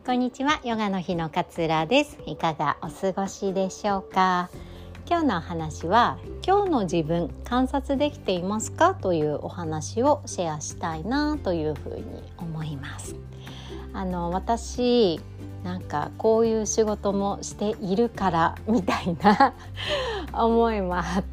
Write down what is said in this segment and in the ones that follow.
こんにちは、ヨガの日の勝浦です。いかがお過ごしでしょうか。今日のお話は、今日の自分観察できていますかというお話をシェアしたいなというふうに思います。私なんかこういう仕事もしているからみたいな思いもあって、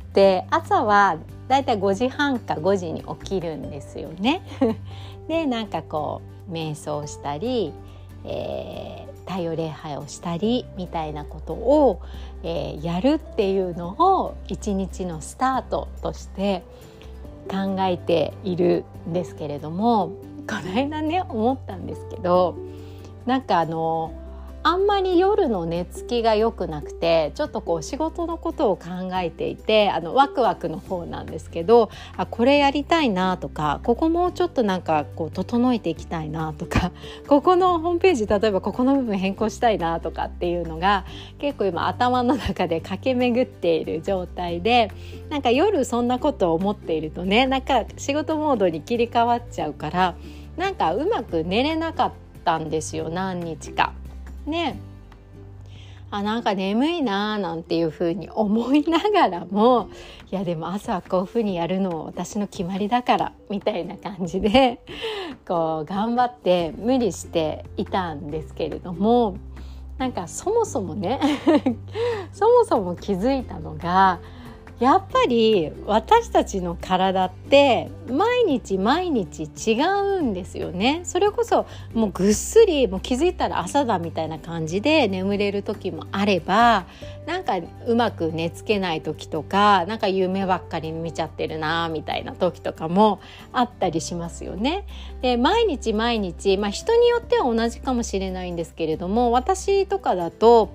朝はだいたい5時半か5時に起きるんですよねで、なんかこう瞑想したり、太陽礼拝をしたりみたいなことを、やるっていうのを一日のスタートとして考えているんですけれども、この間ね思ったんですけど、なんかあんまり夜の寝つきが良くなくて、ちょっとこう仕事のことを考えていて、ワクワクの方なんですけど、これやりたいなとか、ここもうちょっとなんかこう整えていきたいなとか、ここのホームページ例えばここの部分変更したいなとかっていうのが結構今頭の中で駆け巡っている状態で、なんか夜そんなことを思っているとね、なんか仕事モードに切り替わっちゃうから、なんかうまく寝れなかったんですよ、何日かね。なんか眠いななんていう風に思いながらも、いやでも朝はこういう風にやるの私の決まりだからみたいな感じでこう頑張って無理していたんですけれども、なんかそもそもねそもそも気づいたのが、やっぱり私たちの体って毎日毎日違うんですよね。それこそもうぐっすり、もう気づいたら朝だみたいな感じで眠れる時もあれば、なんかうまく寝つけない時とか、なんか夢ばっかり見ちゃってるなみたいな時とかもあったりしますよね。で、毎日毎日、人によっては同じかもしれないんですけれども、私とかだと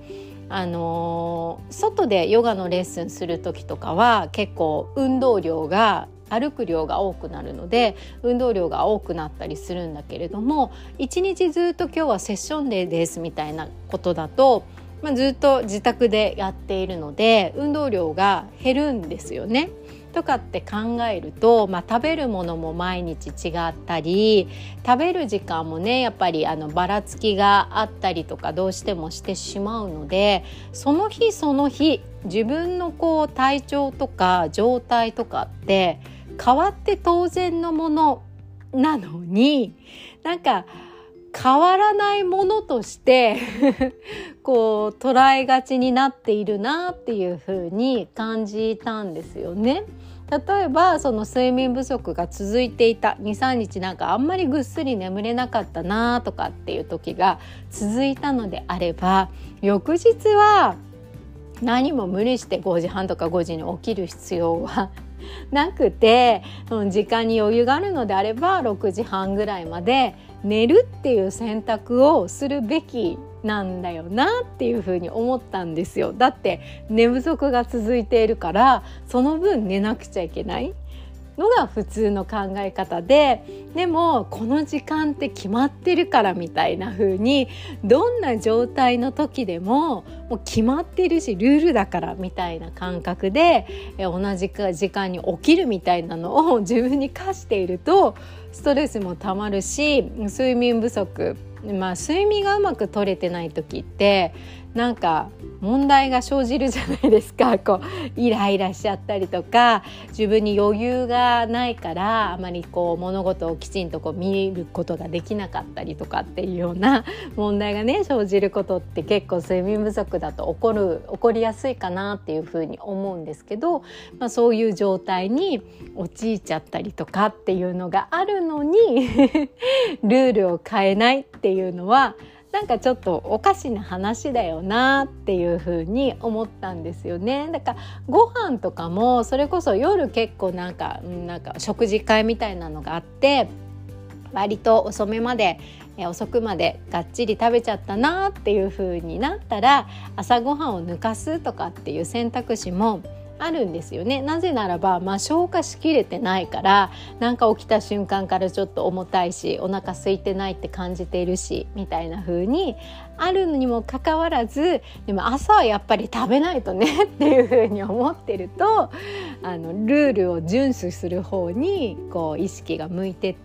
外でヨガのレッスンする時とかは結構運動量が、歩く量が多くなるので運動量が多くなったりするんだけれども、一日ずっと今日はセッションデーですみたいなことだと、ずっと自宅でやっているので運動量が減るんですよね。とかって考えると、食べるものも毎日違ったり、食べる時間もねやっぱりばらつきがあったりとかどうしてもしてしまうので、その日その日自分のこう体調とか状態とかって変わって当然のものなのに、なんか変わらないものとしてこう捉えがちになっているなっていう風に感じたんですよね。例えばその睡眠不足が続いていた 2,3 日、なんかあんまりぐっすり眠れなかったなとかっていう時が続いたのであれば、翌日は何も無理して5時半とか5時に起きる必要はなくて、時間に余裕があるのであれば6時半ぐらいまで寝るっていう選択をするべきなんだよなっていうふうに思ったんですよ。だって寝不足が続いているから、その分寝なくちゃいけないのが普通の考え方で、でもこの時間って決まってるからみたいな風に、どんな状態の時でももう決まってるしルールだからみたいな感覚で同じ時間に起きるみたいなのを自分に課していると、ストレスもたまるし、睡眠不足、睡眠がうまく取れてない時ってなんか問題が生じるじゃないですか。こうイライラしちゃったりとか、自分に余裕がないからあまりこう物事をきちんとこう見ることができなかったりとかっていうような問題がね生じることって結構睡眠不足だと起こりやすいかなっていうふうに思うんですけど、そういう状態に陥っちゃったりとかっていうのがあるのにルールを変えないっていうのはなんかちょっとおかしな話だよなっていうふうに思ったんですよね。だからご飯とかもそれこそ夜結構なんか食事会みたいなのがあって、割と遅くまでがっちり食べちゃったなっていう風になったら、朝ごはんを抜かすとかっていう選択肢もあるんですよね。なぜならば、消化しきれてないから、なんか起きた瞬間からちょっと重たいし、お腹空いてないって感じているしみたいな風にあるのにもかかわらず、でも朝はやっぱり食べないとねっていう風に思ってると、ルールを遵守する方にこう意識が向いてって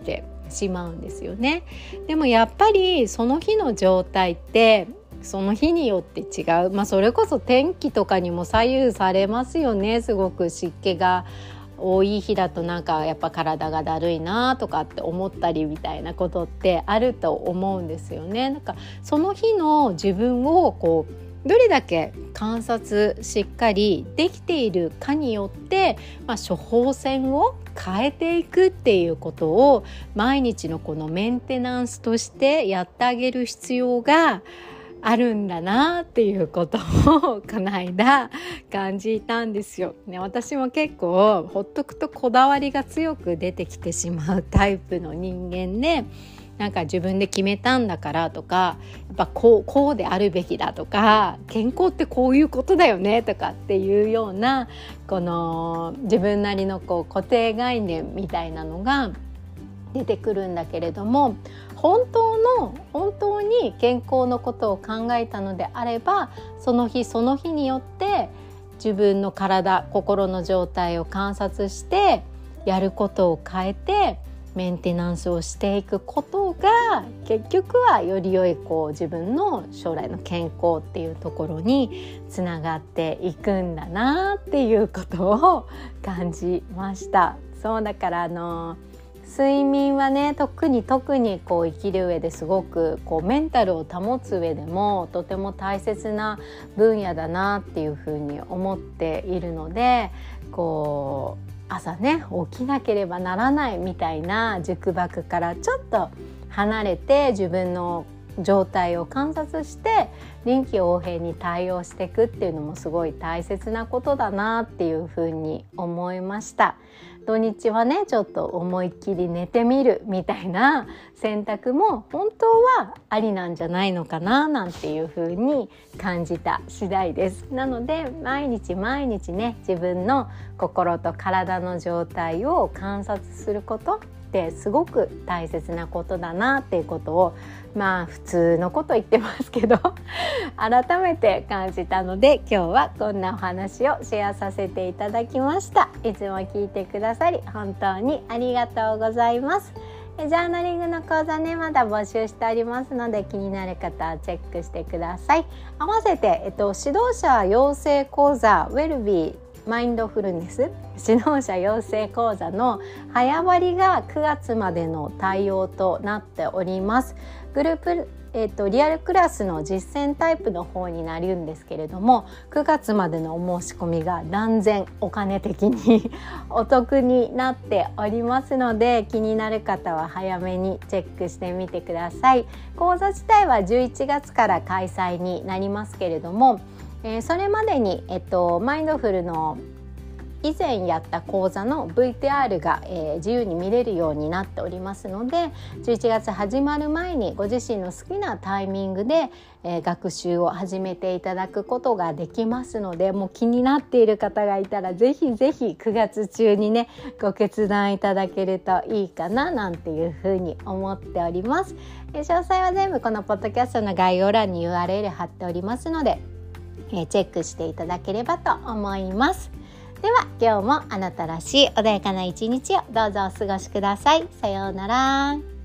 しまうんですよね。でもやっぱりその日の状態ってその日によって違う、それこそ天気とかにも左右されますよね。すごく湿気が多い日だとなんかやっぱ体がだるいなとかって思ったりみたいなことってあると思うんですよね。なんかその日の自分をどれだけ観察しっかりできているかによって、処方箋を変えていくっていうことを毎日のこのメンテナンスとしてやってあげる必要があるんだなっていうことをこの間感じたんですよ、ね。私も結構ほっとくとこだわりが強く出てきてしまうタイプの人間で、なんか自分で決めたんだからとか、やっぱこうであるべきだとか、健康ってこういうことだよねとかっていうようなこの自分なりの固定概念みたいなのが出てくるんだけれども、本当に健康のことを考えたのであれば、その日その日によって自分の体心の状態を観察してやることを変えてメンテナンスをしていくことが結局はより良い自分の将来の健康っていうところにつながっていくんだなっていうことを感じました。そうだから睡眠はね、特に生きる上ですごくメンタルを保つ上でもとても大切な分野だなっていうふうに思っているので、朝ね起きなければならないみたいな束縛からちょっと離れて自分の状態を観察して臨機応変に対応していくっていうのもすごい大切なことだなっていうふうに思いました。土日はねちょっと思いっきり寝てみるみたいな選択も本当はありなんじゃないのかななんていうふうに感じた次第です。なので毎日ね自分の心と体の状態を観察することってすごく大切なことだなっていうことを普通のこと言ってますけど改めて感じたので、今日はこんなお話をシェアさせていただきました。いつも聞いてくださり本当にありがとうございます。ジャーナリングの講座ねまだ募集しておりますので、気になる方はチェックしてください。合わせて、指導者養成講座ウェルビーマインドフルネス指導者養成講座の早割が9月までの対応となっております。グループリアルクラスの実践タイプの方になるんですけれども、9月までのお申し込みが断然お金的にお得になっておりますので、気になる方は早めにチェックしてみてください。講座自体は11月から開催になりますけれども、それまでに、マインドフルの以前やった講座の VTR が、自由に見れるようになっておりますので、11月始まる前にご自身の好きなタイミングで、学習を始めていただくことができますので、もう気になっている方がいたらぜひぜひ9月中にねご決断いただけるといいかななんていうふうに思っております。詳細は全部このポッドキャストの概要欄に URL 貼っておりますので、チェックしていただければと思います。では今日もあなたらしい穏やかな一日をどうぞお過ごしください。さようなら。